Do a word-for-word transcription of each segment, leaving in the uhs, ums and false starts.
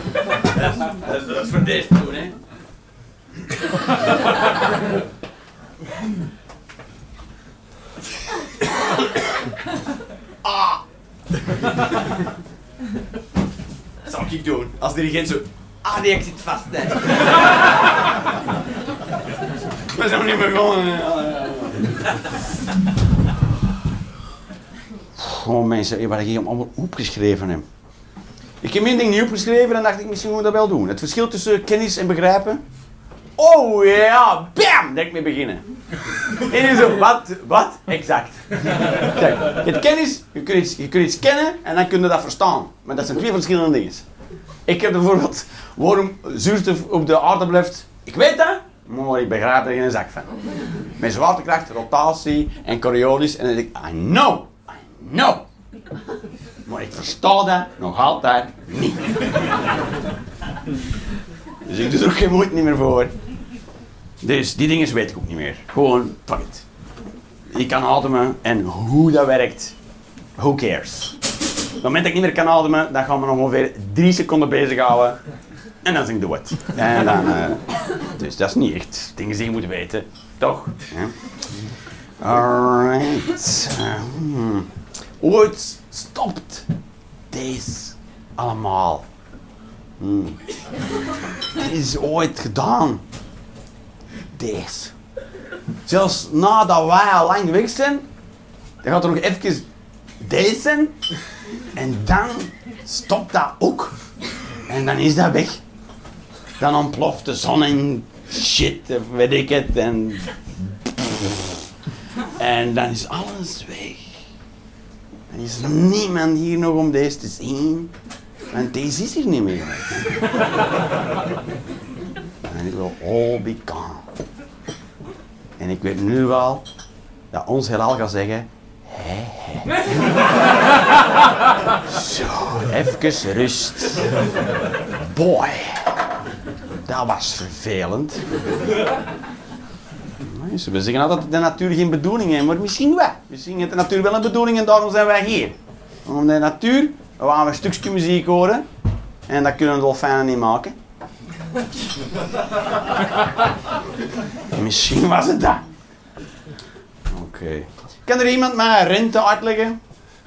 Dat is, dat is, dat is voor deze doen, hè. Ah! Dat zou ik doen, als dirigent zo... Ah, nee, ik zit vast, hè. We zijn nog niet begonnen. Oh mensen, wat ik hier allemaal opgeschreven heb. Ik heb één ding niet opgeschreven en dacht ik, misschien moet ik dat wel doen. Het verschil tussen kennis en begrijpen. Oh ja, bam! Dat ik mee beginnen. En dan zo, wat, wat? Exact. Kijk, je hebt kennis, je kunt, iets, je kunt iets kennen en dan kun je dat verstaan. Maar dat zijn twee verschillende dingen. Ik heb bijvoorbeeld, waarom zuurstof op de aarde blijft. Ik weet dat, maar ik begrijp er geen zak van. Met zwaartekracht, rotatie en Coriolis. En dan denk ik, I know, I know. Maar ik versta dat nog altijd niet. Dus ik doe er ook geen moeite niet meer voor. Dus die dingen weet ik ook niet meer. Gewoon, fuck it. Ik kan ademen en hoe dat werkt, who cares. Op het moment dat ik niet meer kan ademen, dan gaan we nog ongeveer drie seconden bezighouden. En dan zing ik dood. En dan, uh, dus dat is niet echt dingen die je moet weten. Toch? Ja. Alright. Uh, hmm. Ooit stopt deze allemaal. Hmm. Het is ooit gedaan. Deze. Zelfs nadat wij al lang weg zijn, dan gaat er nog even deze zijn. En dan stopt dat ook. En dan is dat weg. Dan ontploft de zon en shit, of weet ik het. En, en dan is alles weg. Er is niemand hier nog om deze te zien. Want deze is hier niet meer. En it will all be gone. En ik weet nu wel dat ons heelal gaat zeggen... Hé, hé. Zo, even rust. Boy. Dat was vervelend. Ze we zeggen altijd dat de natuur geen bedoeling heeft, maar misschien wel. Misschien heeft de natuur wel een bedoeling en daarom zijn wij hier. Om de natuur, we gaan een stukje muziek horen. En dat kunnen de dolfijnen niet maken. Misschien was het dat. Oké. Okay. Kan er iemand mij rente uitleggen?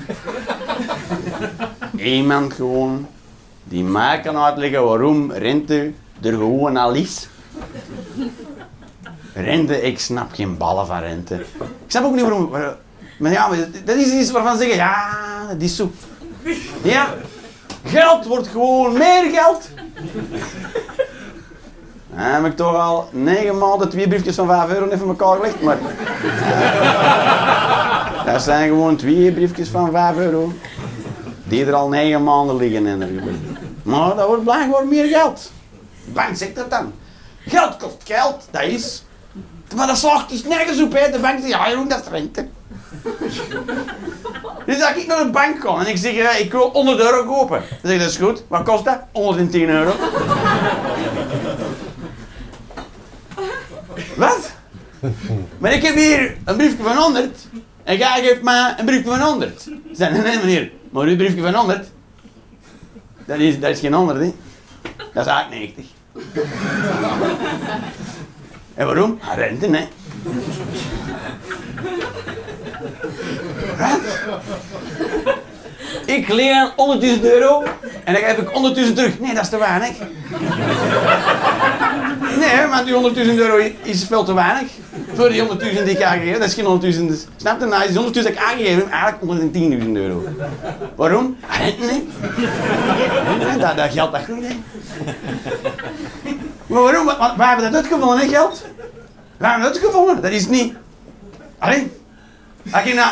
Iemand gewoon die mij kan uitleggen waarom rente er gewoon al is? Rente, ik snap geen ballen van rente. Ik snap ook niet waarom... Maar ja, dat is iets waarvan ze zeggen, ja, dat is zo. Ja, geld wordt gewoon meer geld. Dan heb ik toch al negen maanden twee briefjes van vijf euro even elkaar gelegd, maar... Dat zijn gewoon twee briefjes van vijf euro. Die er al negen maanden liggen in er. Maar dat wordt blijkbaar meer geld. De bank zegt dat dan. Geld kost geld, dat is... Maar dat slaagt dus nergens op, hè. De bank zegt, ja Jeroen, dat is rente. Dus als ik naar de bank kom en ik zeg, uh, ik wil honderd euro kopen. Dan zeg ik, dat is goed. Wat kost dat? honderdtien euro. Wat? Maar ik heb hier een briefje van honderd. En jij geeft mij een briefje van honderd. Ze zeggen, nee meneer, maar uw briefje van honderd, dat is, dat is geen honderd, hè. Dat is eigenlijk negentig. En waarom? Ah, rente, hè. Wat? Ik leen honderdduizend euro en dan geef ik honderdduizend terug. Nee, dat is te weinig. Nee, want die honderdduizend euro is veel te weinig. Voor die honderdduizend die ik aangegeven, dat is geen honderdduizend. Snap je? Nou, die honderdduizend die ik aangegeven heb, eigenlijk honderdtienduizend euro. Waarom? Rente, nee. Dat, dat geldt dat goed, hè. Maar waarom? Want wij hebben dat uitgevonden, hè, geld? Wij hebben dat uitgevonden, dat is niet... Allee, als je nou...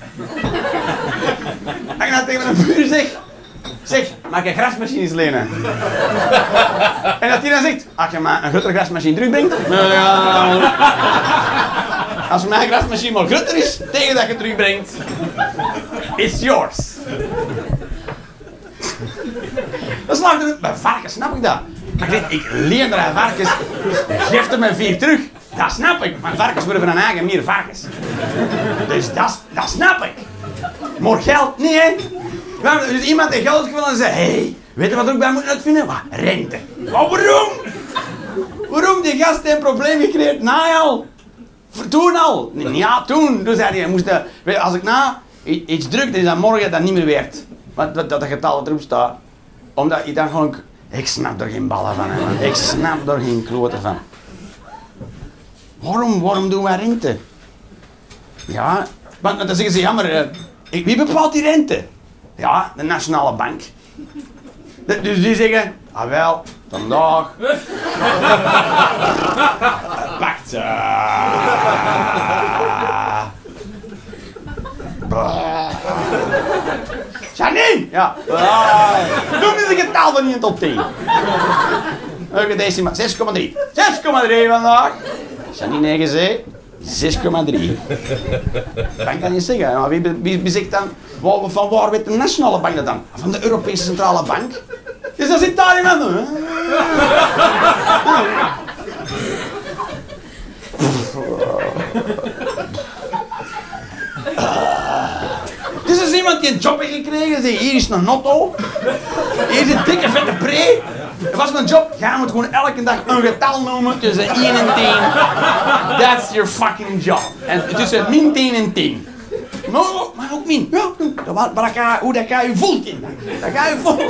Als je nou tegen een buur zegt... Zeg, mag je grasmachines lenen? En dat hij dan zegt... Als je maar een grotere grasmachine terugbrengt... Nou ja... Als mijn grasmachine maar groter is, tegen dat je terugbrengt... It's yours. Dat slaagt er... Bij varkens snap ik dat. Maar ik, ik leen er aan varkens... Geef er mij vier terug. Dat snap ik. Maar varkens worden van een eigen meer varkens. Dus dat, dat snap ik. Maar geld, nee hè. Dus iemand heeft geld gevonden en zei... Hé, hey, Weet je wat we ook bij moeten uitvinden? Wat? Rente. Maar waarom? Waarom? Die gast heeft een probleem gecreëerd. Na al. Toen al. Ja, toen. Dus zei hij, moest, weet je, als ik na iets druk, dan is dat morgen dat niet meer waard. Want dat, dat het getal erop staat. Omdat je dan gewoon... Ik snap er geen ballen van, hè, man. Ik snap er geen kloten van. Waarom? Waarom doen wij rente? Ja, want dan zeggen ze, ja, maar uh, wie bepaalt die rente? Ja, de Nationale Bank. De, dus die zeggen, ah wel, vandaag... Pakt ze. Janine! Ja. Noem eens een getal van één tot tien. Oké, deze maar. zes komma drie. zes komma drie vandaag. Janine negen zee. zes komma drie. Dat kan je zeggen. Maar wie, wie, wie zegt dan, van waar weet de Nationale Bank dat dan? Van de Europese Centrale Bank? Dus dat zit daar iemand doen, hè? Dus er is iemand die een job heeft gekregen. Zeg, hier is een auto. Hier is een dikke vette pre. Dat was mijn job. Jij moet gewoon elke dag een getal noemen tussen één en tien. That's your fucking job. En tussen min tien en tien. Maar, maar ook min. Ja, waar, waar ga, hoe dat ga je voelt in. Dat ga je voelt.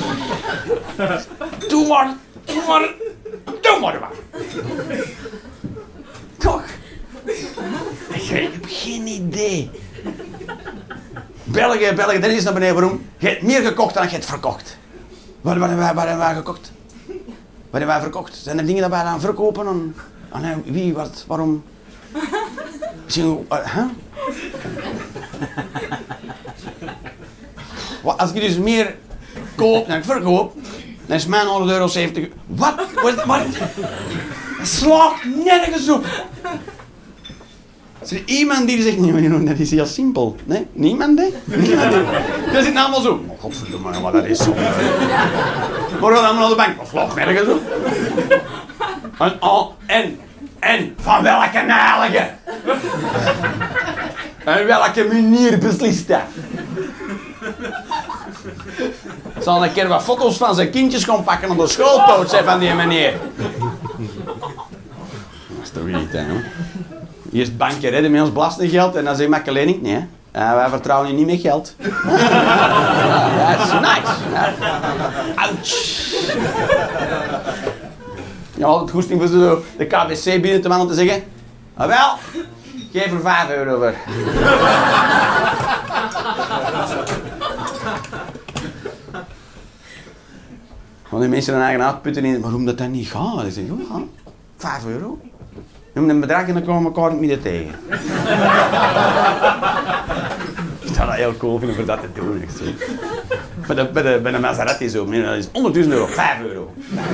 Doe maar. Doe maar. Doe maar maar. Toch? Ik heb geen idee. België, België, dat is naar beneden. Waarom? Je hebt meer gekocht dan je hebt verkocht. Wat hebben wij, wat hebben wij gekocht? Wat hebben wij verkocht? Zijn er dingen dat wij aan verkopen? Aan, aan wie, wat, waarom? Misschien, uh, huh? Wat, als ik dus meer koop dan ik verkoop, dan is mijn honderd euro zeventig. Wat? Wat? Wat? Het slaagt nergens op. Is er iemand die zegt, nee, dat is heel simpel. Nee, niemand, hè? Niemand, hè? Dat zit allemaal zo. Oh, godverdomme, maar dat is zo. Maar we gaan allemaal naar de bank. Dat slaagt nergens op. En, oh, en, en, van welke naligen? En welke manier beslist dat? Ik zal een keer wat foto's van zijn kindjes gaan pakken op de schoolpoot, zei van die meneer. Dat is toch niet, hè? Eerst het bankje redden met ons belastinggeld en dan zeg ik lening. Nee, uh, wij vertrouwen je niet met geld. Dat is nice. Ouch. Ja, het goesting voor zo de K B C binnen te mannen te zeggen. Ah wel, geef er vijf euro voor. Want die mensen hun eigen uitputten in, waarom dat dan niet gaat? Ik zeg, oh, vijf euro. Noem een bedrag en dan komen we elkaar niet meer tegen. Ik zou dat heel cool vinden voor dat te doen. Bij de, bij de, bij de Maserati zo, dat is honderdduizend euro, vijf euro.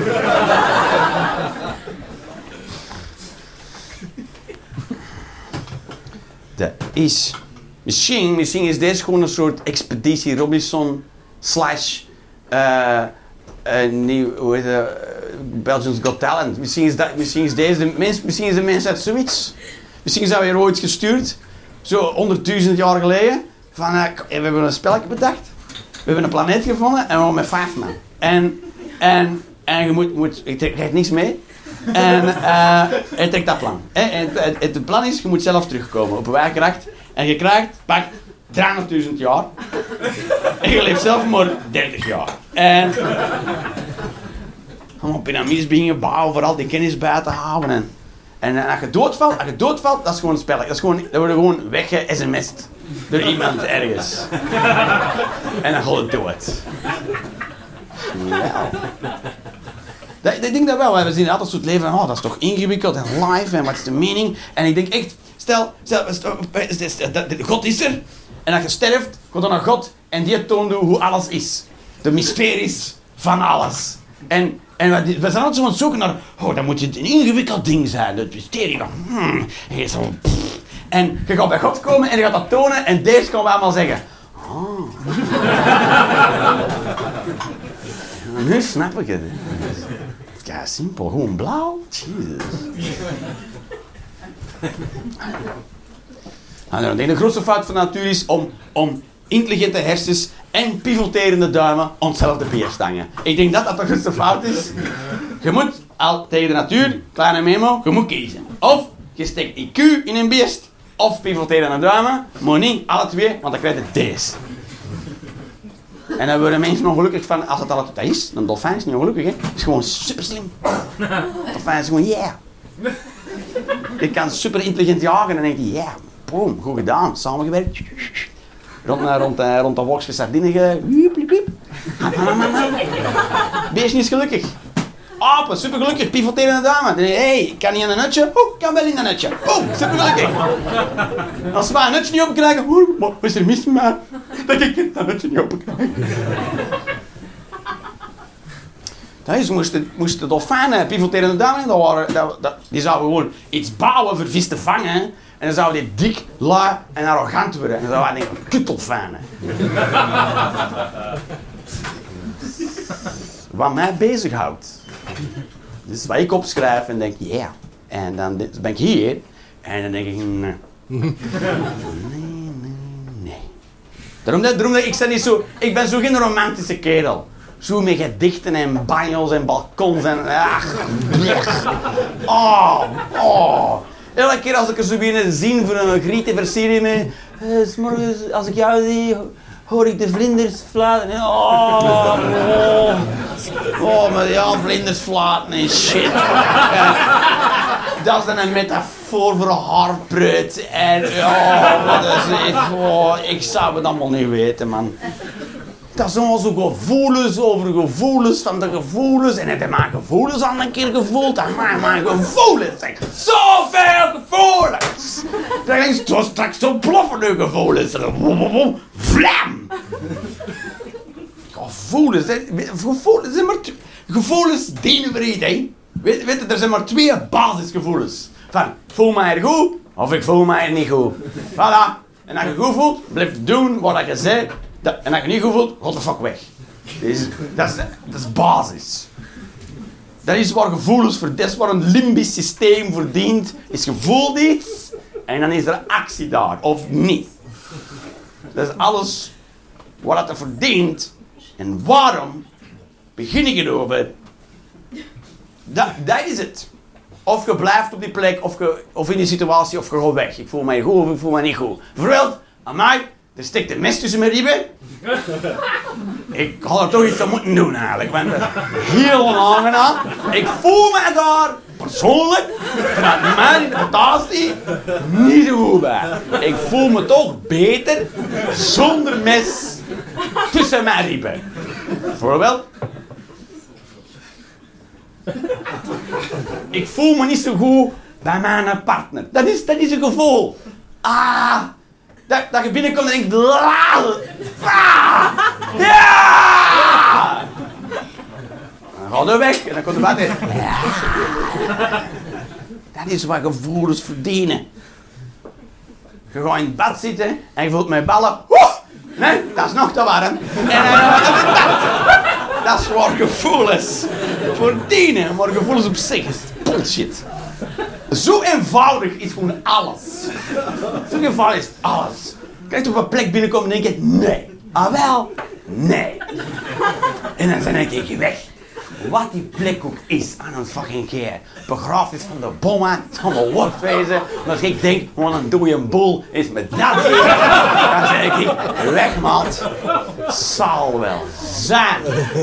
Dat is... Misschien, misschien is deze gewoon een soort expeditie Robinson slash... Uh, uh, nieuw, hoe heet het? Belgians Got Talent. Misschien is, dat, misschien is deze de mens, misschien is de mens uit zoiets. Misschien zijn we hier ooit gestuurd, zo honderdduizend jaar geleden, van uh, we hebben een spelletje bedacht, we hebben een planeet gevonden en we gaan met vijf man. En, en, en je moet, moet je krijgt niks mee. En uh, je trekt dat plan. En, en, het, het plan is, je moet zelf terugkomen op een wijkracht en je krijgt, pak, driehonderdduizend jaar. En je leeft zelf maar dertig jaar. En... om piramides beginnen bouwen, voor al die kennis bij te houden. En, en als je doodvalt, als je doodvalt, dat is gewoon een spelletje. Dat is gewoon, dat wordt gewoon wegge-sms'd door iemand ergens. En dan gaat het dood. Ja. Dat, ik denk dat wel. We zien altijd zo het leven van, oh, dat is toch ingewikkeld en live en wat is de meaning? En ik denk echt, stel, stel, stel, stel, stel God is er. En als je sterft, komt er naar God en die toont hoe alles is. De mysteries van alles. En En we, we zijn altijd zo aan het zoeken naar... Oh, dan moet het een ingewikkeld ding zijn. Het mysterie van... Hmm, en, je zo, en je gaat bij God komen en je gaat dat tonen. En deze gaan we allemaal zeggen... Oh. Nu snap ik het. Ja, simpel. Gewoon blauw. Jezus. Nou, ik denk de grootste fout van de natuur is om, om intelligente hersens en pivoterende duimen om hetzelfde beerstangen. Ik denk dat dat toch eens de fout is. Je moet al tegen de natuur, kleine memo, je moet kiezen. Of je steekt I Q in een beest, of pivoterende duimen, maar niet alle twee, want dan krijg je deze. En dan worden mensen ongelukkig van, als het al dat is, een dolfijn is niet ongelukkig, hè. Het is gewoon super slim. Dolfijn is gewoon, yeah. Je kan super intelligent jagen en dan denk je, ja, yeah, boom, goed gedaan, samengewerkt. Rond, rond, rond, rond de wolkje sardine ge... Beest niet gelukkig. Apen, super gelukkig, pivoterende dame. Dan denk je, hé, hey, ik kan niet in een nutje. Oeh, ik kan wel in een nutje. Boom, super gelukkig. Als we een nutje niet opkrijgen, oeh, wat is er mis met mij? Dat ik dat nutje niet opkrijgen. Dat is, moesten moest de dolfijnen, pivoterende duimen, dat waren, dat, dat, die zouden gewoon iets bouwen voor vis te vangen. En dan zouden die dik, lui en arrogant worden. En dan zouden wij denken, kutdolfijnen. Wat mij bezighoudt. Dus wat ik opschrijf en denk, ja. Yeah. En dan ben ik hier. En dan denk ik, nee. Nee, nee, nee. Daarom dat, daarom dat ik, sta niet zo, ik ben zo geen romantische kerel. Zo met gedichten en banjos en balkons en... Ach, blech. Oh, oh. Elke keer als ik er zo binnen zie voor een griet te versieren met... Uh, 's morgens, als ik jou zie, hoor ik de vlinders fluiten. Oh, oh. Oh, maar ja, vlinders fluiten en shit. Ja. Dat is dan een metafoor voor een haarpreut. En oh, wat is het? Oh, ik zou het allemaal niet weten, man. Dat is allemaal zo gevoelens over gevoelens van de gevoelens. En heb je maar gevoelens al een keer gevoeld? Dan maar maar gevoelens. Zeg. Zoveel gevoelens. Dan ga je zo straks zo ploffen de gevoelens. Vlam. Gevoelens. Gevoelens zijn maar... Gevoelens dienen voor iets, hè. Weet, weet je, er zijn maar twee basisgevoelens. Van, ik voel mij er goed, of ik voel mij er niet goed. Voilà. En als je goed voelt, blijf doen wat je zegt. Dat, en als je niet goed voelt, god de fuck weg. Dat is, dat, is, dat is basis. Dat is waar gevoelens voor, dat is waar een limbisch systeem voor dient. Is je voelt iets en dan is er actie daar, of niet. Dat is alles wat het voor dient. En waarom begin ik erover? Dat, dat is het. Of je blijft op die plek, of, je, of in die situatie, of je gaat weg. Ik voel mij goed of ik voel mij niet goed. Bijvoorbeeld, aan mij, er steekt een mes tussen mijn ribben. Ik had er toch iets aan moeten doen eigenlijk. Want heel onaangenaam. Ik voel mij daar, persoonlijk, vanuit mijn interpretatie, niet zo goed bij. Ik voel me toch beter zonder mes tussen mijn ribben. Bijvoorbeeld. Ik voel me niet zo goed bij mijn partner. Dat is, dat is een gevoel. Ah, dat, dat je binnenkomt en denkt... Ah, ja! Dan gaat hij weg en dan komt hij buiten. Ja. Dat is wat gevoelens verdienen. Je gaat in het bad zitten en je voelt met ballen... Oeh, nee, dat is nog te warm. En dan gaat hij in het bad. Dat is waar gevoelens verdienen, maar gevoelens op zich is bullshit. Zo eenvoudig is gewoon alles. Zo eenvoudig is alles. Kijk op een plek binnenkomen en denk je, nee. Ah wel, nee. En dan zijn ik weg. Wat die plek ook is aan een fucking keer. Begrafenis van de bommen, het zal wel wat wezen. Maar als ik denk, wat een dode boel is met dat ding. Dan zeg ik, weg man. Zal wel zijn.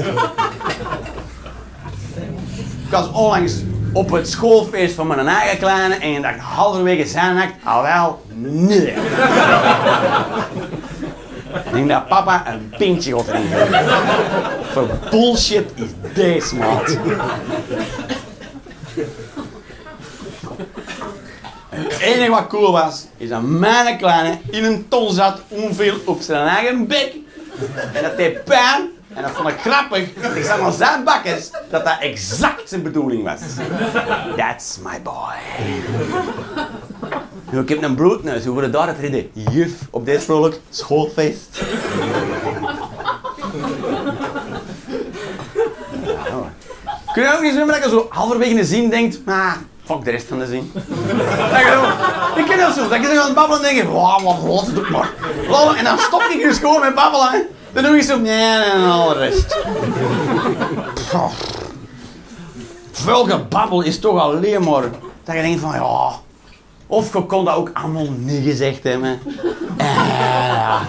Ik was onlangs op het schoolfeest van mijn eigen kleine en je dacht halverwege zijn nacht, ah wel, nee. Ik denk dat papa een pintje gaat erin geven. Voor bullshit is deze, maat. Het enige wat cool was, is dat mijn kleine in een ton zat, ongeveer op zijn eigen bek. En dat deed pijn. En dat vond ik grappig. Ik zag aan zijn bakkes dat dat exact zijn bedoeling was. That's my boy. Nu, ik heb een bloedneus. Hoe worden daar het redden? Juf, op dit vrolijk schoolfeest. Ja, kun je ook niet zo dat je zo halverwege een zin denkt, maar fuck de rest van de zin. Ik ken dat zo, dat ik zo aan het babbelen en denk, wauw, wat laat het ook maar. En dan stop ik dus gewoon met babbelen. Hè. Dan doe ik zo, nee, en al de rest. Veel gebabbel is toch alleen maar dat je denkt van, ja... Of je kon dat ook allemaal niet gezegd hebben. En, ja.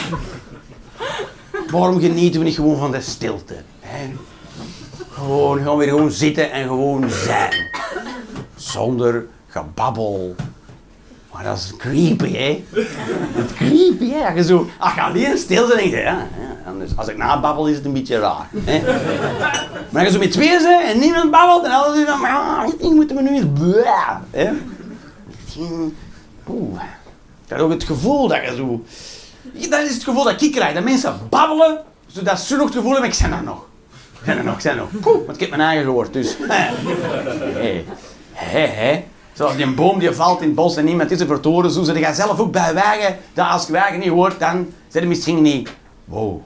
Waarom genieten we niet gewoon van de stilte? Hè? Gewoon, gewoon weer gewoon zitten en gewoon zijn. Zonder gebabbel. Maar dat is creepy, hè? Dat is creepy, hè? Als je zo, als je alleen stil bent, denk je, ja, ja. Dus als ik nababbel is het een beetje raar. Hè? Maar als je zo met twee bent en niemand babbelt, dan hadden ze van, ja, moeten we nu eens... Hè? Oeh. Ik heb ook het gevoel dat je zo... Dat is het gevoel dat ik krijg, dat mensen babbelen, zodat ze nog het gevoel hebben, ik ben er nog. Ik ben er nog, ik ben er nog. Poeh, want ik heb mijn eigen gehoord, dus... Hé, hé, hé. Zoals die boom die valt in het bos en niemand is er voor te horen, zo zit je zelf ook bij wagen, dat als je wagen niet hoort, dan zit je misschien niet... Wow.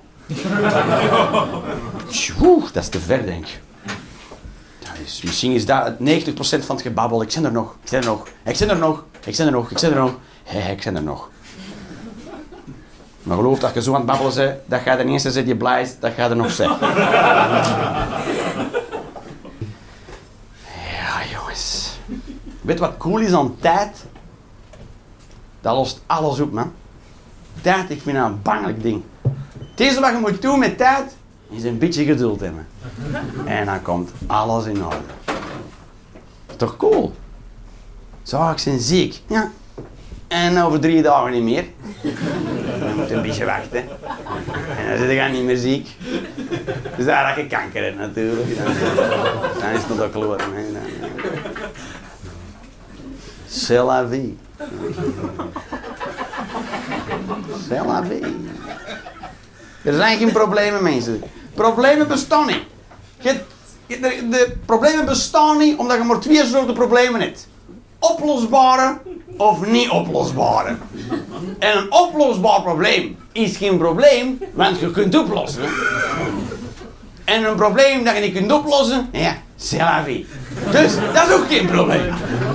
Oeh, dat is te ver, denk ik. Dus misschien is dat negentig procent van het gebabbel. Ik ben er nog, ik ben er nog, ik ben er nog, ik ben er nog, ik ben er nog. Hé, hey, ik ben er nog. Maar geloof dat je zo aan het babbelen bent, dat je de eerste zit die blij is, dat je er nog zegt. Ja, jongens. Weet wat cool is aan tijd? Dat lost alles op, man. Tijd, ik vind dat een bangelijk ding. Het eerste wat je moet doen met tijd, is een beetje geduld hebben. En dan komt alles in orde. Toch cool? Zo, ik ben ziek. Ja. En over drie dagen niet meer. Dan moet je een beetje wachten. En dan zit je niet meer ziek. Dus daar heb je kanker hebt natuurlijk. Dan, dan is het nog kloot. C'est la vie. C'est la vie. Er zijn geen problemen, mensen. Problemen bestaan niet. Je, de, de problemen bestaan niet omdat je maar twee soorten problemen hebt. Oplosbare of niet oplosbare. En een oplosbaar probleem is geen probleem, want je kunt oplossen. En een probleem dat je niet kunt oplossen, ja, c'est la vie. Dus dat is ook geen probleem.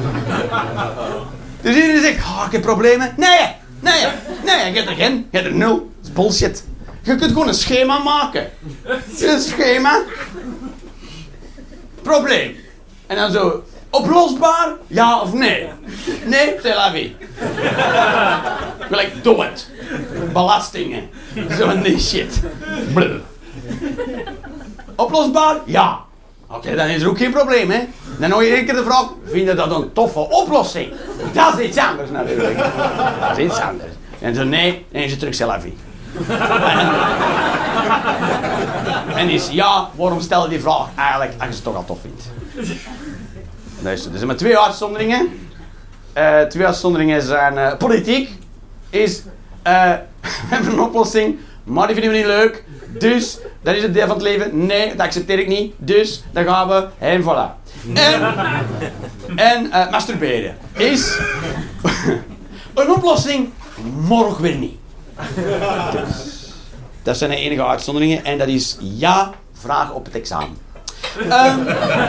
Dus iedereen zegt, oh, ik heb problemen. Nee, nee, nee, je hebt er geen, je hebt er nul. Dat is bullshit. Je kunt gewoon een schema maken. Een schema. Probleem. En dan zo, oplosbaar? Ja of nee? Nee, c'est la vie. Gelijk, doe het. Belastingen. Zo'n die shit. Bluh. Oplosbaar? Ja. Oké, okay, dan is er ook geen probleem, hè. Dan hoor je één keer de vraag, vind je dat een toffe oplossing? Dat is iets anders natuurlijk. Dat is iets anders. En zo, nee, dan is het terug c'est la vie. En is ja, waarom stel je die vraag eigenlijk als je het toch al tof vindt? Luister, er zijn maar twee uitzonderingen. Uh, twee uitzonderingen zijn uh, politiek. Is, uh, we hebben een oplossing, maar die vinden we niet leuk. Dus, dat is het deel van het leven. Nee, dat accepteer ik niet. Dus, dan gaan we en voilà. En, en uh, masturberen is een oplossing, morgen weer niet. Dus, dat zijn de enige uitzonderingen. En dat is ja, vraag op het examen. Um,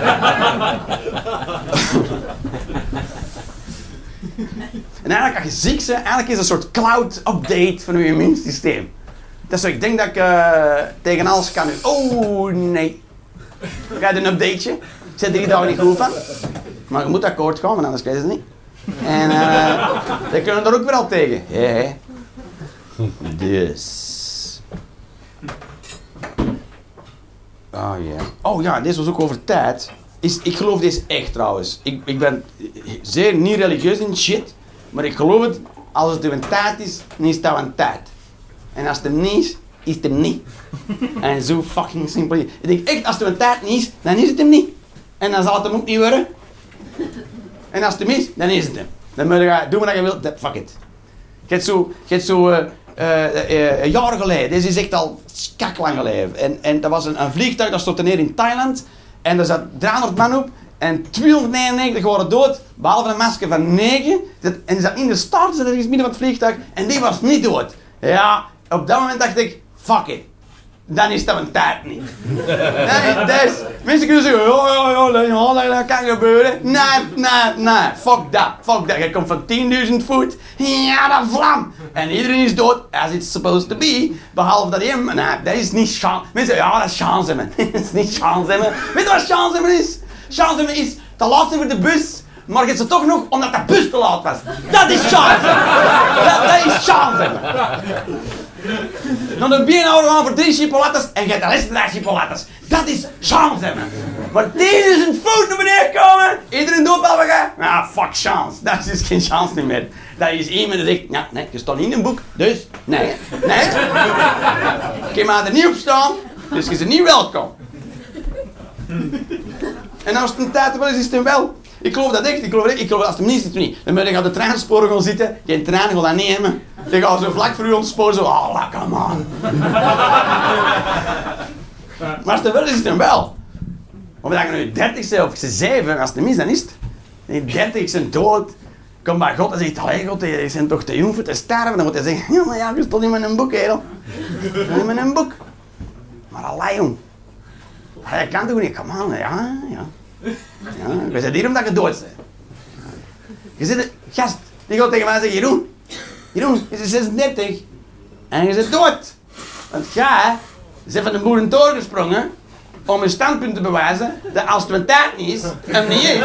en eigenlijk als je ziek bent, eigenlijk is het een soort cloud-update van je immuunsysteem. Dus ik denk dat ik uh, tegen alles kan nu. Oh nee. Krijg je een updateje? Ik zit drie dagen niet goed van. Maar je moet akkoord gaan, want anders krijg je het niet. En uh, dan kunnen we er ook weer al tegen. Hey. Dus. Oh ja. Yeah. Oh ja, deze was ook over tijd. Is, ik geloof deze echt trouwens. Ik, ik ben zeer niet religieus in shit. Maar ik geloof het. Als het een tijd is, dan is het een tijd. En als het hem niet is, is het hem niet. En zo fucking simpel. Ik denk echt, als het een tijd niet is, dan is het hem niet. En dan zal het hem ook niet worden. En als het hem is, dan is het hem. Dan moet je doen wat je wilt. Fuck it. Je hebt zo... Je hebt zo uh, uh, uh, uh, jaren geleden. Deze is echt al kaklang geleden. En, en dat was een, een vliegtuig, dat stond neer in Thailand. En daar zat driehonderd man op. En tweehonderdnegenennegentig waren dood. Behalve een masker van negen. En die zat in de start, zat ergens midden van het vliegtuig. En die was niet dood. Ja, op dat moment dacht ik, fuck it. dan is dat een tijd niet. Nee, dus, mensen kunnen zeggen, ja, ja, ja, ja, dat kan gebeuren. Nee, nee, nee, fuck dat, fuck dat. Je komt van tienduizend voet, ja, dat vlam. En iedereen is dood, as it's supposed to be. Behalve dat hij, nee, dat is niet chance. Mensen zeggen, ja, dat is chance hebben. Dat is niet chance hebben. Weet je wat chance hebben is? Chance hebben is, te laat zijn voor de bus. Maar je hebt ze toch nog omdat de bus te laat was. Dat is chance. Dat, dat is chance hebben. Dan de beenhouder gaan voor drie chipolatas en je hebt de rest van de chipolatas. Dat is chance hebben. Maar tienduizend voet naar beneden komen, iedereen doodbel gaan. Ah, fuck chance. Dat is geen chance meer. Dat is iemand die zegt, ja, nee, je staat niet in een boek, dus nee, nee. Je mag er niet op staan, dus je bent niet welkom. En als het een tijd wel is, is het een wel. Ik geloof dat echt, ik geloof dat echt. Ik geloof dat als de minister het niet. Dan moet je aan de treinsporen gaan zitten, geen trein gaat dat niet hebben. Dan gaan zo vlak voor u ontsporen, zo, oh, come on. Maar als het wel is, is het een wel. Of dat je nu dertig bent of zeven, als het niet is, dan is het. En dertig, ik ben dood. Kom bij God en zegt, allee God, je bent toch te jong voor te sterven. Dan moet hij zeggen, ja, maar ja, je stond niet met een boek, kerel. Je stond niet met een boek. Maar allee, jong. Je kan toch niet, come on, ja, ja. Ja, we zijn hier omdat je dood bent. Je zit een gast, die gaat tegen mij zeggen, Jeroen, Jeroen, je bent zesendertig en je bent dood. Want jij bent van de boerentoren gesprongen om je standpunt te bewijzen dat als het een tijd niet is, hem niet is.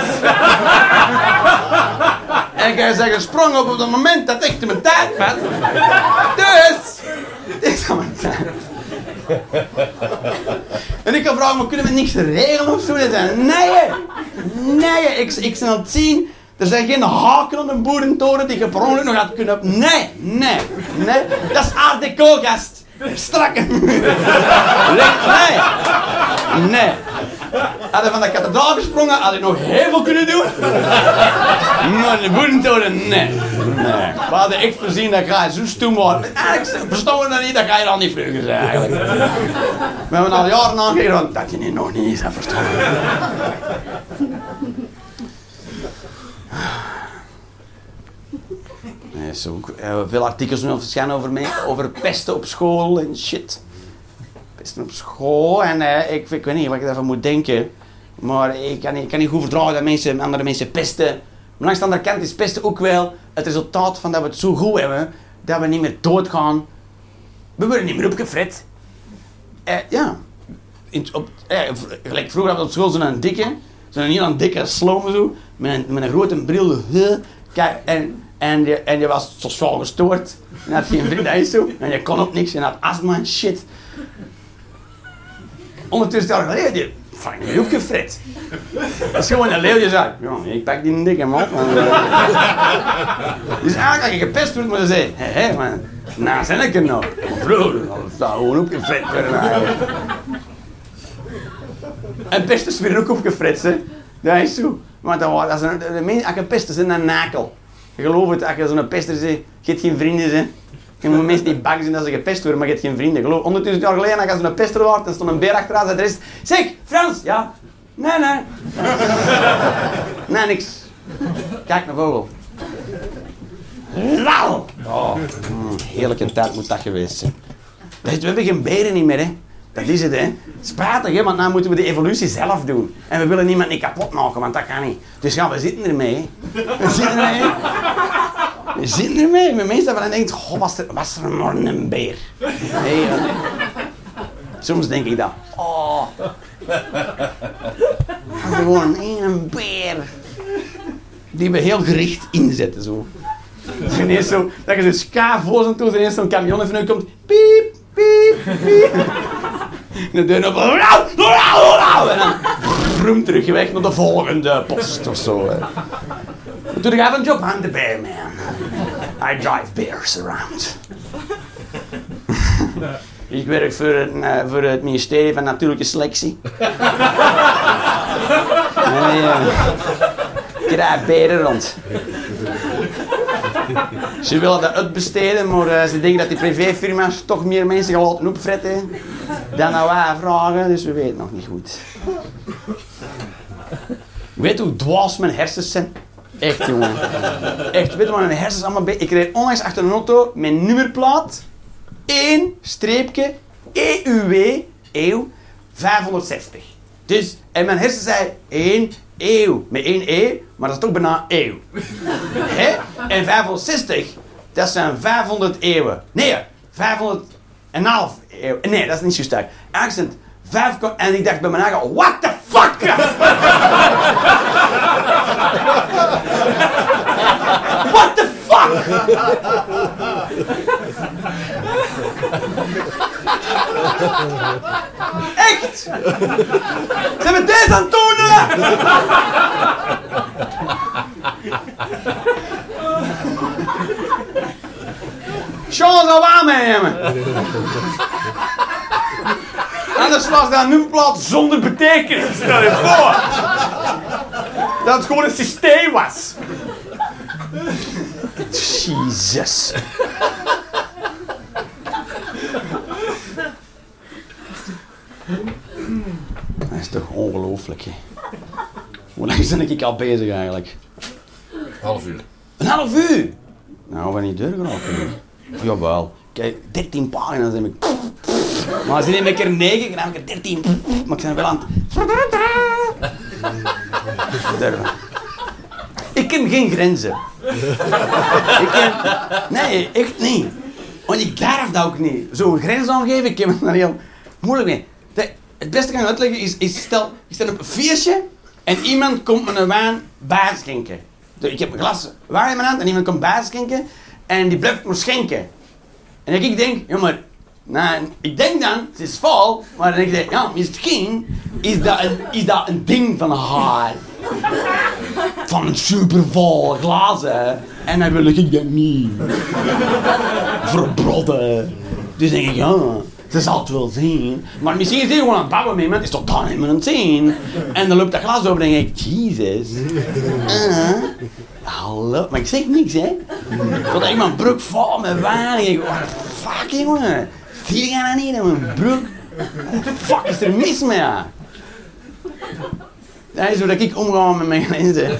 En jij bent gesprongen op het moment dat het echt een tijd was. Dus, het is aan mijn tijd. En ik kan vragen, maar kunnen we niks regelen of zo? Nee, nee, ik, ik ben aan het zien, er zijn geen haken aan een boerentoren die je per ongeluk nog had kunnen... Nee, nee, nee, dat is art deco, gast. Strakke muur. Nee, nee. Had hij van de kathedraal gesprongen, had hij nog heel veel kunnen doen. Maar de boerentoren, nee. Nee. We hadden echt voorzien dat ga je zo stoem worden. Eigenlijk verstaan we dat niet, dat ga je dan niet vluggen zijn eigenlijk. We hebben al jaren aangegeven dat je niet nog niet is, dat verstaan we. Nee, zo, uh, veel artikels nu verschijnen over mij, over pesten op school en shit. Pesten op school en uh, ik, ik weet niet wat ik daarvan moet denken. Maar ik kan niet, ik kan niet goed verdragen dat mensen andere mensen pesten. Maar langs de andere kant is pesten ook wel het resultaat van dat we het zo goed hebben, dat we niet meer doodgaan. We worden niet meer opgefret. Uh, ja. In, op, uh, gelijk vroeger hadden we op school zo'n dikke, zo'n heel dikke sloom zo, met een, met een grote bril. Uh, kijk, en, en, je, en je was sociaal gestoord. En had geen vrienden zo. En je kon op niks. En had astma en shit. Ondertussen dacht ik, je fucking heel gefret. Dat is gewoon een leeuw. Je zei, ja, ik pak die dikke man. Dus eigenlijk als je gepest wordt, moet je zeggen, hé, hé, man. Nou, zijn ik er nog. Vroeger, dat zou gewoon opgefret worden eigenlijk. En pesten is weer ook opgefret, hè. Dat is zo. Want dat is een, de mensen, als je pest is, een nakel. Je gelooft het, als je zo'n pester zegt, je hebt geen vrienden, hè. Je moet mensen niet bang zijn dat ze gepest worden, maar je hebt geen vrienden. Geloof, honderdduizend jaar geleden, als je zo'n pester wordt, dan stond een beer achteraan en de rest. Zeg, Frans! Ja? Nee, nee. Nee, niks. Kijk naar vogel. Lauw! Oh, mm, heerlijke tijd moet dat geweest zijn. We hebben geen beren niet meer, hè. Dat is het, hè. Spijtig, hè, want nu moeten we de evolutie zelf doen. En we willen niemand niet kapot maken, want dat kan niet. Dus ja, we zitten ermee, hè. We zitten ermee, hè. We zitten ermee. Met mensen dat dan denken, oh, was er, was er maar een beer. Nee, ja. Soms denk ik dat. Oh. Was er gewoon een beer. Die we heel gericht inzetten, zo. Dus ineens zo, dat je zo ska voor zo'n toe, ineens zo'n camion even nu komt. Piep, piep, piep. En de deur op. En dan vroom terug weg naar de volgende post of zo. Toen ik have een job, I'm the bear man. I drive bears around. Ik werk voor het, uh, voor het ministerie van Natuurlijke Selectie. En uh, ik rijd beren rond. Ze willen dat uitbesteden, maar uh, ze denken dat die privéfirma's toch meer mensen gaan laten opfretten dan dat wij vragen, dus we weten nog niet goed. Weet hoe dwaas mijn hersens zijn? Echt, jongen. Echt, weet je wat mijn hersens allemaal bij... Ik reed onlangs achter een auto met nummerplaat, één streepje, E U W, eeuw, vijfhonderdzestig. Dus, en mijn hersen zei één eeuw, met één E, maar dat is toch bijna eeuw. Hè? En vijfhonderdzestig, dat zijn vijfhonderd eeuwen. Nee, vijfhonderd en een half eeuw. Nee, dat is niet zo sterk. Accent, vijf, en ik dacht bij mijn eigen, what the fuck? What the fuck? Echt? Ze hebben deze aan het doen, hè? Sean zou aannemen. Anders was dat een nummerplaat zonder betekenis. Stel je voor. Dat het gewoon een systeem was. Jezus. Dat is toch ongelooflijk, hè? Hoe lang ben ik al bezig eigenlijk? Half uur. Een half uur? Nou, we niet deur geraken. Jawel. Kijk, dertien pagina's heb ik. Maar als ik neem ik er negen, dan heb ik er dertien. Maar ik ben wel aan het... Ik heb geen grenzen. Ik heb... Nee, echt niet. Want ik durf dat ook niet. Zo'n grens aangeven, ik heb het daar heel moeilijk mee. De, het beste kan ik uitleggen is, is stel, ik sta op een feestje en iemand komt me een wijn bijschenken. Ik heb een glas wijn in mijn hand en iemand komt bijschenken en die blijft me schenken. En ik denk, ja maar, nou, ik denk dan, het is vol, maar dan denk ik, ja, misschien is dat een, is dat een ding van haar. Van een supervol glazen. En dan wil ik dat niet. Verbrodden. Dus denk ik, ja, ze zal het wel zien. Maar misschien is hij gewoon aan het babbelen met iemand, is totaal niet meer aan het zien. En dan loopt dat glas over en denk ik, Jezus. Uh, hallo. Maar ik zeg niks, hè. Totdat iemand broek vol met wijn. En ik denk, what the fuck, jongen. Zie je dat niet, mijn broek? What the fuck is er mis mee? Dat is hoe ik omga met mijn grenzen.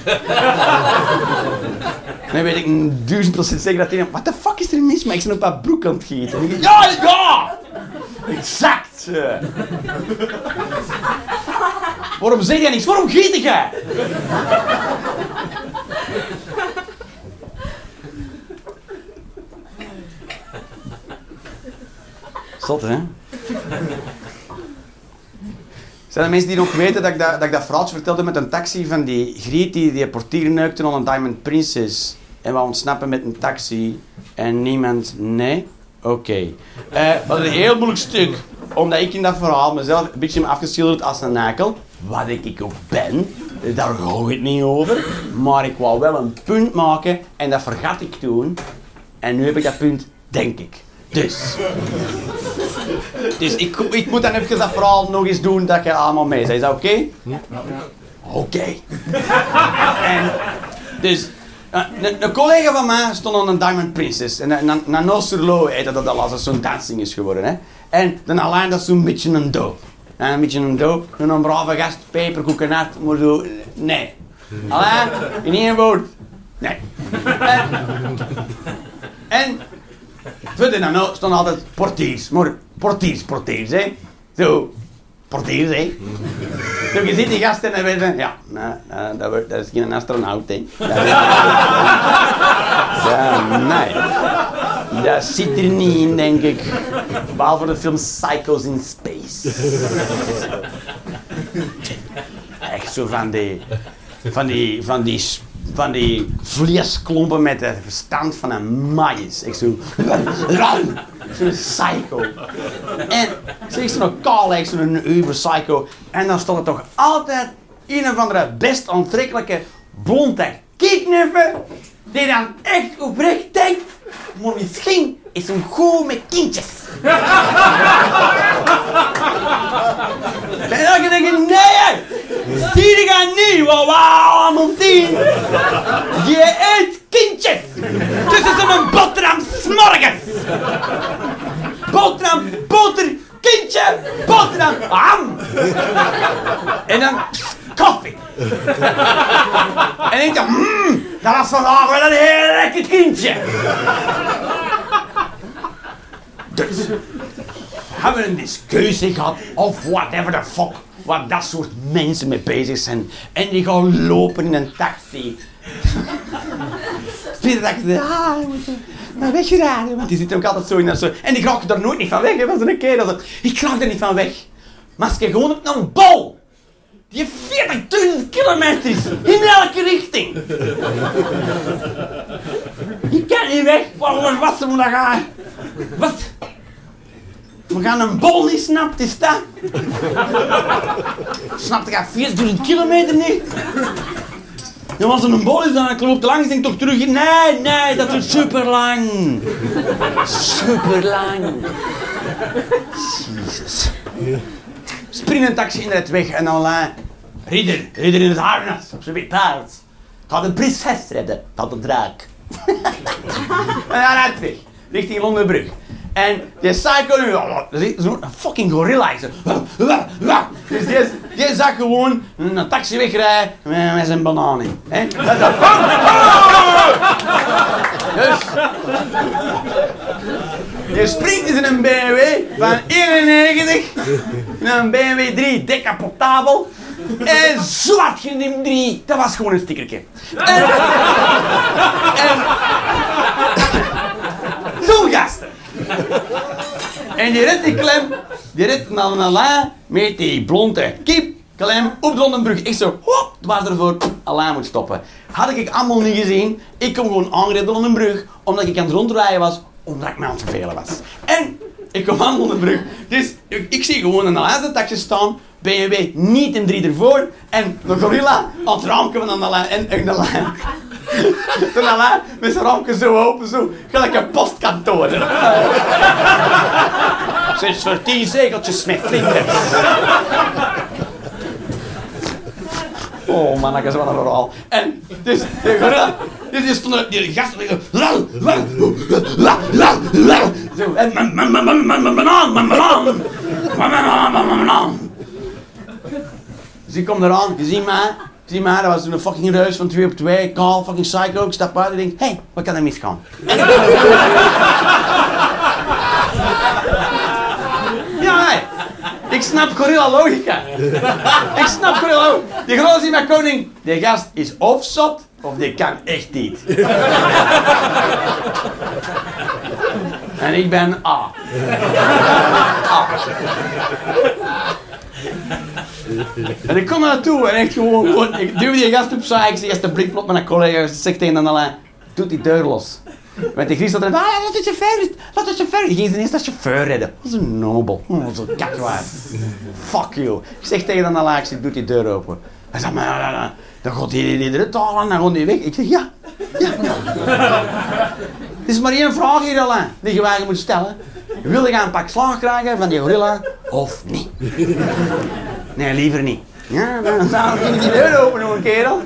Dan weet ik een duizend procent zeker dat hij denkt, what the fuck is er mis mee? Ik ben op haar broek aan het gieten. En ik, ja, ja! Exact! Waarom zeg jij niks? Waarom giet jij? Zot, hè? Zijn er mensen die nog weten dat ik dat, dat, ik dat verhaaltje vertelde met een taxi van die griet die die portier neukte aan een Diamond Princess en we ontsnappen met een taxi en niemand, nee? Oké. Okay. Uh, dat is een heel moeilijk stuk, omdat ik in dat verhaal mezelf een beetje heb afgeschilderd als een nakel, wat ik ook ben, daar gaat het niet over, maar ik wou wel een punt maken en dat vergat ik toen en nu heb ik dat punt, denk ik. Dus... Dus ik, ik moet dan even dat verhaal nog eens doen dat je allemaal mee bent. Is dat oké? Okay? Ja. Oké. Okay. En dus, een, een collega van mij stond aan een Diamond Princess. En een Nosterlo heette dat al als het zo'n dansing is geworden. Hè? En dan Alain dat is zo'n beetje een doop. En een beetje een doop, een brave gast, peperkoeken nat, maar zo, nee. Alain, in één woord, nee. En, en verder dan nou stonden altijd portiers, maar portiers, portiers, hè. Zo, portiers, hè. Zo, je ziet die gasten en dan ja, nou, nou, dat, wordt, dat is geen astronaut, hè. Dat, ja, nee. Dat zit er niet in, denk ik. Behalve de film Psychos in Space. Echt zo van die, van die, van die, van die vleesklompen met het verstand van een maïs. Echt zo, zo'n psycho. En ze is zo'n kaal, echt zo'n uber psycho. En dan stond er toch altijd een of andere best aantrekkelijke blonde kiknuffer die dan echt oprecht denkt, maar misschien is hem goed met kindjes. En dan denk ik, nee, zie je dat niet, wat we allemaal zien. Je eet kindjes. Tussen zo'n boterham s'morgens. Boterham, boter, kindje, boterham, ham. En dan koffie. En ik dacht, mmm, dat was vandaag wel een heel lekker kindje. Dus, hebben we een discussie gehad of whatever the fuck, waar dat soort mensen mee bezig zijn. En die gaan lopen in een taxi. Spelen dat ik ah, we moeten maar weggeraden, want die zitten ook altijd zo in dat zo. En die raken er nooit niet van weg, hè, van zo'n keer. Dat ik raak er niet van weg. Maar als je gewoon op een bal, die veertigduizend kilometer is, in elke richting. Je kan niet weg, wat, wat ze moeten gaan. Wat? We gaan een bol niet snapt, is dat? Snapt je veertigduizend kilometer niet? Ja, als er een bol is, dan loopt te lang, is denk toch terug in. Nee, nee, dat is super lang. Super lang. Jezus. Spring een taxi in het weg en dan uh, ridder, ridder in het harnas, op zijn wit paard. Gaat een prinses redden, gaat een draak. En dan rijdt weg, richting Londenbrug. En die psycho nu, dat is zo'n fucking gorilla. Dus die, die zag gewoon een taxi wegrijden met, met zijn banaan in. He? Dat is dat. Dus, je springt in een B M W van eenennegentig naar een B M W drie decapotable en zwart je in drie. Dat was gewoon een stickertje. En, en zo'n gasten. En die redt die klem, die redt naar een Alain met die blonde kip, klem op de Londenbrug. Ik zo, hop, het was ervoor, Alain moet stoppen. Had ik allemaal niet gezien, ik kom gewoon aangereden op de Londenbrug, omdat ik aan het rondrijden was, omdat ik me aan het vervelen was. En ik kom aan de Londenbrug, dus ik, ik zie gewoon een Alain taxi staan, B M W niet in drie ervoor, en een gorilla aan het raamje van een Alain en een Alain. Toen Alain met zijn rampje zo open, zo gelijk een postkantoor. Zes voor tien zegeltjes met vlinders. Oh man, dat is wel een verhaal. En dus de gorilla, dus die stonden die gasten zo, en mijn banaan, mijn banaan, mijn banaan. Dus ik kom eraan, je ziet mij. Zie maar, dat was toen een fucking reus van twee op twee, kaal, fucking psycho. Ik stap uit en denk, hé, hey, wat kan er misgaan? Ja, nee. Ik snap gorilla logica. Ik snap gorilla logica. Die gorilla ziet mijn koning, die gast is of zot, of die kan echt niet. En ik ben A. A. En ik kom er naartoe en echt gewoon, gewoon ik duw die gast opzij, ik zeg alsjeblieft op mijn collega, ik zeg tegen dan Alain, doe die deur los. Want die Gries had er, ah, laat de chauffeur, laat de chauffeur. Die ging ineens de chauffeur redden. Dat is een nobel, oh, zo'n kakwaard. Fuck you. Ik zeg tegen dan Alain, ik zeg, doe die deur open. Hij zegt, maar dan gaat die die eruit halen en dan gaat die weg. Ik zeg, ja, ja. Het is maar één vraag hier Alain, die je mij moet stellen. Wil je een pak slaag krijgen van die gorilla of niet? Nee, liever niet. Ja, dan zou ik die deur open nog een kerel.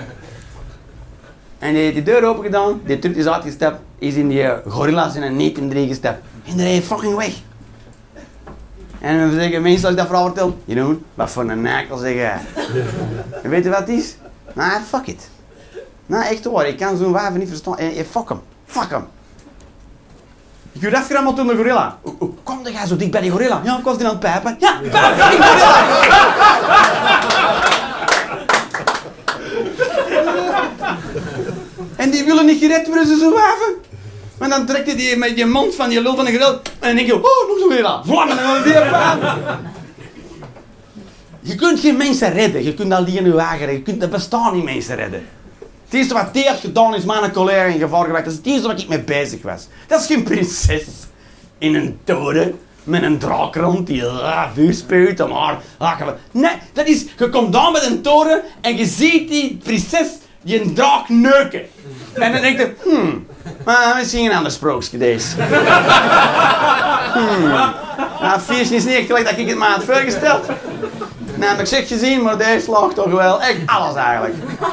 En die heeft die deur open gedaan, die truc is uitgestapt, is in die gorilla's in een niet in drie gestapt. En die is fucking weg. En dan zeggen mensen als ik dat verhaal vertel, Jeroen, wat voor een nakel zeg jij. En weet je wat het is? Nou, fuck it. Nou, echt hoor, ik kan zo'n waven niet verstaan. Eh, fuck hem, fuck hem. Ik werd afgerammeld door de gorilla. Hoe, hoe kom jij zo dicht bij die gorilla? Ja, ik was die aan het pijpen. Ja, bij de fucking gorilla! En die willen niet gered worden, ze zo waven. Maar dan trekt hij die met je mond van je lul van de gorilla. En dan denk je, oh, nog zo'n gorilla. Vlam, en dan weer pijpen. Je kunt geen mensen redden. Je kunt al die in je wagen redden. Je kunt, er bestaan niet mensen redden. Het eerste wat die had gedaan is mijn collega in gevaar gebracht. Dat is het eerste waar ik mee bezig was. Dat is geen prinses in een toren met een draak rond die ah, vuur spuit om haar. Ah, nee, dat is, je komt daar met een toren en je ziet die prinses die een draak neuken. En dan denk je, hmm, maar misschien een ander sprookje deze. Hmm, nou, vier is niet echt gelijk dat ik het maar had voorgesteld. Nou, heb ik zeg gezien, maar deze slaagt toch wel echt alles eigenlijk.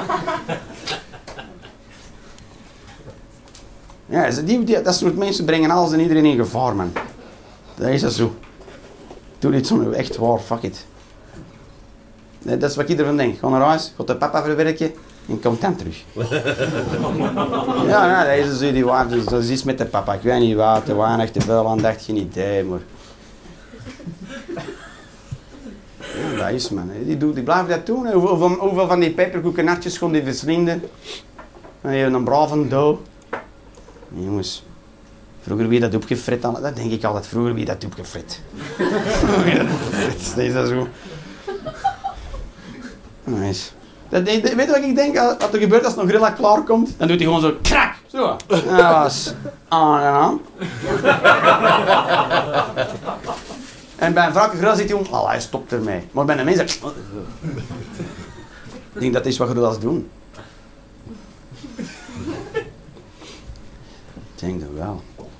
Ja, die, die, dat soort mensen brengen alles en iedereen in gevaar, man. Dat is dat zo. Doe dit zo nu, echt waar, fuck it. Nee, dat is wat ik ervan denk. Ga naar huis, ga de papa verwerken en kom dan terug. Ja, nou, dat is zo die waar, dus dat is iets met de papa. Ik weet niet wat, te weinig, te veel aandacht, geen idee, maar... dat is, man. Die, doet, die blijft dat doen. Hoeveel, hoeveel van die peperkoekennatjes gewoon die verslinden? En je een brave dood. Jongens, vroeger wie dat opgefret had, dat denk ik altijd. Vroeger wie dat opgefret. Dat is dat zo. Nice. Dat, weet je wat ik denk? Wat er gebeurt als het nog redelijk klaar komt? Dan doet hij gewoon zo krak. Zo. Dat was aan en aan. En bij een vrouwtje zit hij gewoon, oh, hij stopt ermee. Maar bij een mens zegt ik denk dat is wat je dat doen. Ik denk dat wel.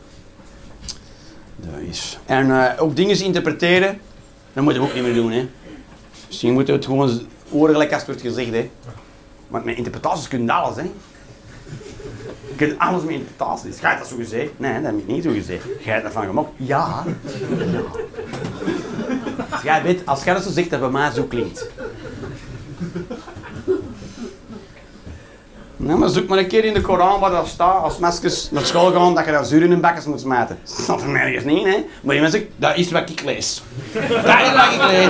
Dat is. En uh, ook dingen interpreteren, dat moeten we ook niet meer doen, hè. Misschien moeten we het gewoon horen gelijk als het wordt gezegd, hè. Want met interpretaties kun je alles, hè. Je kunt alles met interpretaties. Ga je dat zo gezegd? Nee, dat heb ik niet zo gezegd. Ga je dat van gemaakt? Ja. Ja. Als jij weet, als jij dat zo zegt, dat bij mij zo klinkt. Nou, maar zoek maar een keer in de Koran waar dat staat, als meisjes naar school gaan, dat je daar zuur in hun bakkes moet smijten. Dat staat er nergens niet, hè. Maar die mensen, dat is wat ik lees. Dat is wat ik lees.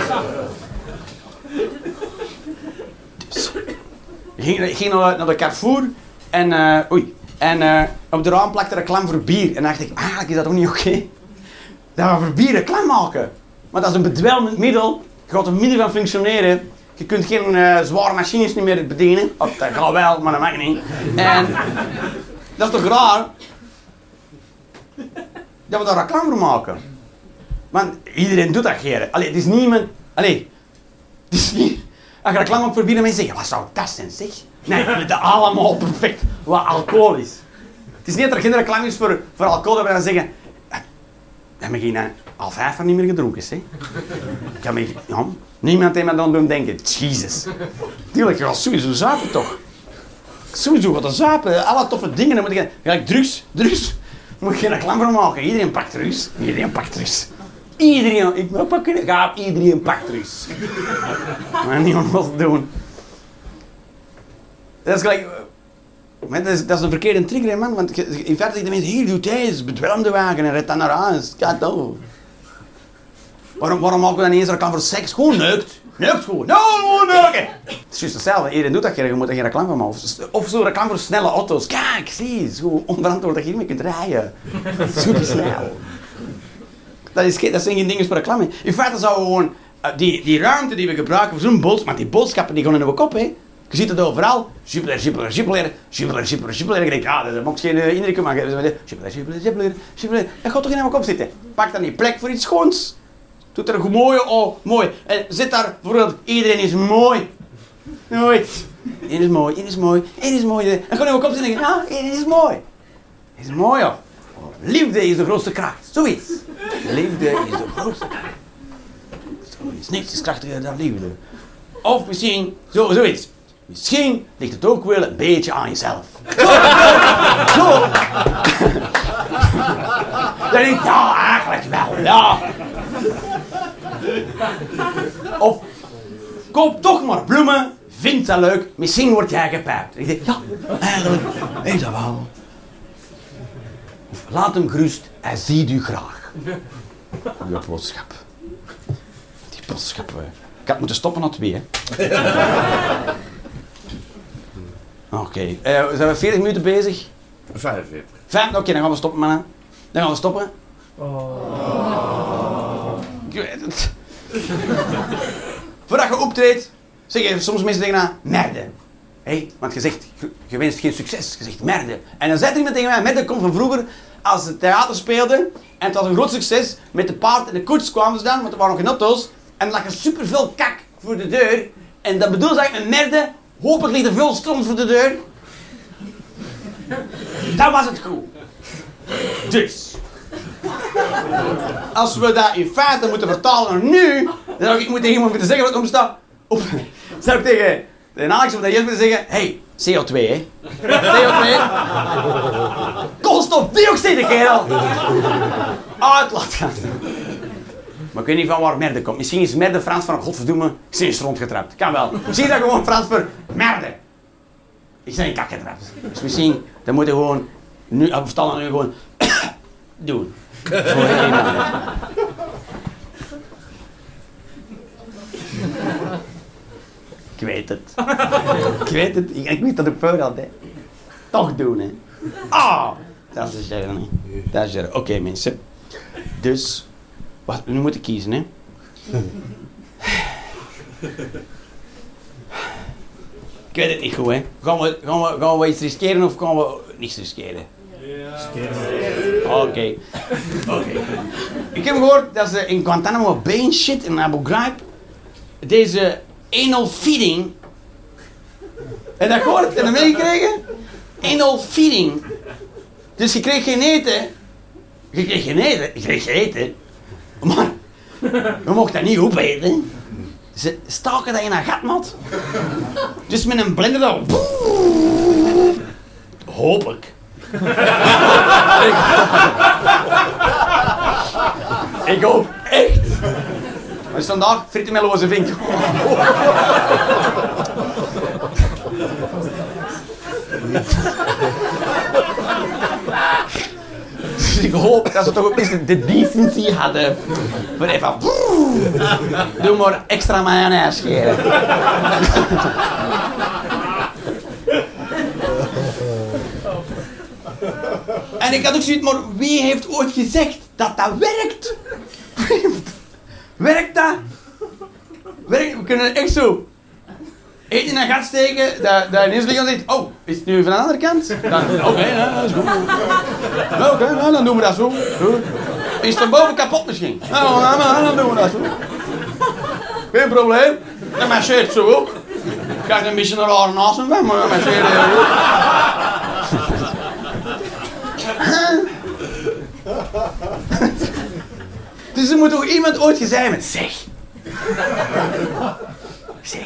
Dus. Ik ging, ik ging naar, naar de Carrefour en, uh, oei, en uh, op de raam plakte reclame voor bier. En dan dacht ik, eigenlijk is dat ook niet oké. Okay. Dat we voor bier reclame maken. Maar dat is een bedwelmend middel. Je gaat er minder van functioneren. Je kunt geen uh, zware machines niet meer bedienen. Of, dat gaat wel, maar dat mag niet. En dat is toch raar? Dat we daar reclame voor maken. Want iedereen doet dat, geren. Allee, het is niemand... Allee, het is niet... Als je reclame maakt voor bier, dan mensen zeggen, wat zou dat zijn, zeg? Nee, we weten allemaal perfect wat alcohol is. Het is niet dat er geen reclame is voor, voor alcohol, dat we dan zeggen... We hebben geen al vijf van niet meer gedronken, hè? Ik heb me... Ja, niemand heeft me dan doen denken, Jezus. Tuurlijk, je gaat sowieso zuipen, toch? Sowieso gaat er zuipen, alle toffe dingen. Dan moet je... Gelijk drugs, drugs. Daar moet je geen reclame voor maken. Iedereen pakt drugs. Iedereen pakt drugs. Iedereen... Ik moet pakken... Ga iedereen pakt drugs. Maar niemand wil het doen. Dat is gelijk... Maar dat, is, dat is een verkeerde trigger, hè, man. Want in feite zeggen de mensen, hier, doe deze, bedwelm de wagen en red dan naar huis. Kijk nou. Waarom, waarom maken we dan niet eens reclame voor seks? Gewoon neukt. Neukt gewoon. No, gewoon neuken. Het is juist hetzelfde. Iedereen doet dat, je moet er geen reclame van maken. Of, of zo reclame voor snelle auto's. Kijk, zie, zo onverantwoord dat je hiermee kunt rijden. Super snel. Dat, is, dat zijn geen dingen voor reclame. In feite zouden we gewoon uh, die, die ruimte die we gebruiken voor zo'n boodschap, maar die boodschappen die gaan in de kop, hè. Je ziet het overal. Jupiler, jupiler, jupiler, jupiler, jupiler, jupiler. Je denkt, ja, dat mag geen uh, indruk maken. Jupiler, jupiler, jupiler, jupiler. Dat gaat toch in mijn kop zitten. Pak dan die plek voor iets schoons. Doe er een mooie, oh, mooi. En zit daar bijvoorbeeld, iedereen is mooi. Nooit. Iedereen is mooi, iedereen is mooi, iedereen is mooi. En gewoon in mijn kop zitten en denken, ja, iedereen is mooi. Is mooi, of? Oh, liefde is de grootste kracht. Zoiets. Liefde is de grootste kracht. Zoiets. Niks is krachtiger dan liefde. Of misschien, zo, zoiets. Misschien ligt het ook wel een beetje aan jezelf. Zo, zo. Dan denk ik, ja, eigenlijk wel, ja. Of, koop toch maar bloemen, vind dat leuk, misschien word jij gepijpt. En ik denk, ja, eigenlijk, weet dat wel. Of, laat hem gerust, hij ziet u graag. Uw boodschap. Die boodschap, ik had moeten stoppen aan twee, hè. Oké, okay. uh, zijn we veertig minuten bezig? vijfenveertig. Vijf? Oké, okay, dan gaan we stoppen, mannen. Dan gaan we stoppen. Oh. Ik weet het. Voordat je optreedt, zeg je soms mensen tegen mij, merde. Hey, want je zegt, je, je wenst geen succes, je zegt merde. En dan zegt er iemand tegen mij, merde komt van vroeger, als ze theater speelden, en het was een groot succes, met de paard en de koets kwamen ze dan, want er waren nog geen auto's, en er lag er superveel kak voor de deur, en dat bedoel ik met merde, hopelijk ligt er veel stront voor de deur. Dat was het goed. Dus. Als we dat in feite moeten vertalen naar nu, dan zou ik moeten iemand moeten zeggen wat er staat. Op. Zou ik tegen de Alex of de Jes moeten zeggen, hey, C O twee, hè. C O twee. Koolstofdioxide, kerel. Uitlaatgas. Maar ik weet niet van waar merde komt. Misschien is merde Frans van godverdomme, ik ben in stront getrapt. Kan wel. Misschien dat gewoon Frans voor merde. Ik ben in kak getrapt. Dus misschien, dan moeten we gewoon, nu, of vertalen nu gewoon, doen. Voor één Ik weet het. Ik weet het. Ik, ik weet dat ik voor had, hè. Toch doen, hè. Ah! Dat is er niet. Dat is er. Oké, okay, mensen. Dus, wat, nu moet ik kiezen, hè. Ik weet het niet goed, hè. Gaan we, gaan we, gaan we iets riskeren of gaan we niets riskeren? Ja. Oké. Okay. Okay. Ik heb gehoord dat ze in Guantanamo Bay shit in Abu Ghraib deze anal feeding. Heb je dat gehoord? Heb je dat meegekregen? Anal feeding. Dus je kreeg geen eten. Je kreeg geen eten. Je kreeg geen eten. Maar je mocht dat niet opeten. Ze staken dat in een gatmat. Dus met een blender dat... Hoop ik. Ik hoop echt. Maar is vandaag frieten met loze vink. Dus ik hoop dat ze toch ook eens de decency hadden. Voor even... Doe maar extra mayonaise scheren. En ik had ook zoiets, maar wie heeft ooit gezegd dat dat werkt? Werkt dat? Werkt, we kunnen echt zo eten in een gat steken, dat, dat ineens liggen en zegt, oh, is het nu van de andere kant? Oké, okay, nou, dat is goed. Nou, oké, okay, nou, dan doen we dat zo. Is het van boven kapot misschien? Nou, nou, nou, dan doen we dat zo. Geen probleem. Dat marcheert zo ook. Ik krijg een beetje een rare naast van, maar dat marcheert heel goed. Dus er moet toch iemand ooit gezegd hebben, zeg. Zeg.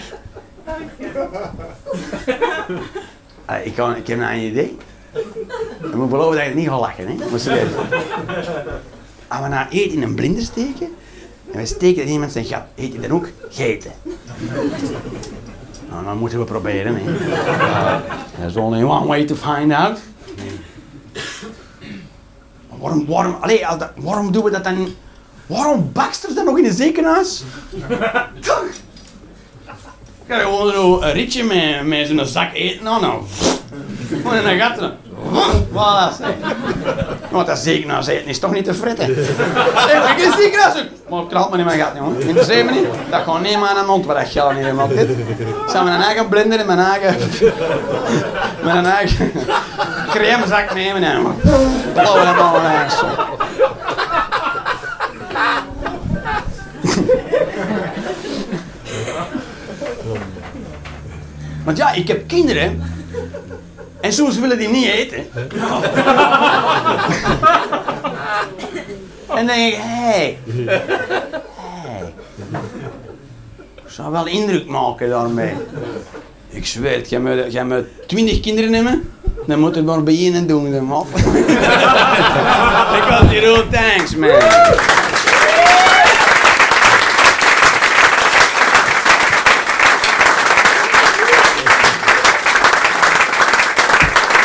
Uh, ik, kan, ik heb nou een idee. Ik moet beloven dat je niet gaat lachen, hè. Maar serieus. Als we nou eten in een blender steken, en we steken in iemand zijn gat, eet je dan ook geiten. Nou, dan moeten we proberen, hè. Uh, there's only one way to find out. Waarom, waarom, allee, dat, waarom doen we dat dan? Waarom Baxter dan nog in een ziekenhuis? Toch? Ik ga gewoon zo een ritje met, met zo'n zak eten aan. Nou, gewoon in een gat. Voilà. Want dat ziekenhuis eten is toch niet te fretten. Ik in het ziekenhuis. Maar ik kraalt me in mijn gat, jongen. Interesseert me niet. Dat gewoon niet aan mijn mond waar dat geld niet helemaal dit. Ik zou mijn eigen blender in mijn eigen... Mijn eigen... crèmezak nemen en... Blauwe en blauwe en zo. Want ja, ik heb kinderen. En soms willen die niet eten. En dan denk ik, hé. Hey, hey. Ik zou wel indruk maken daarmee. Ik zweer het, jij moet, jij moet twintig kinderen nemen. Dan moet het maar bij één doen, man. Ik was hier, oh, thanks, man.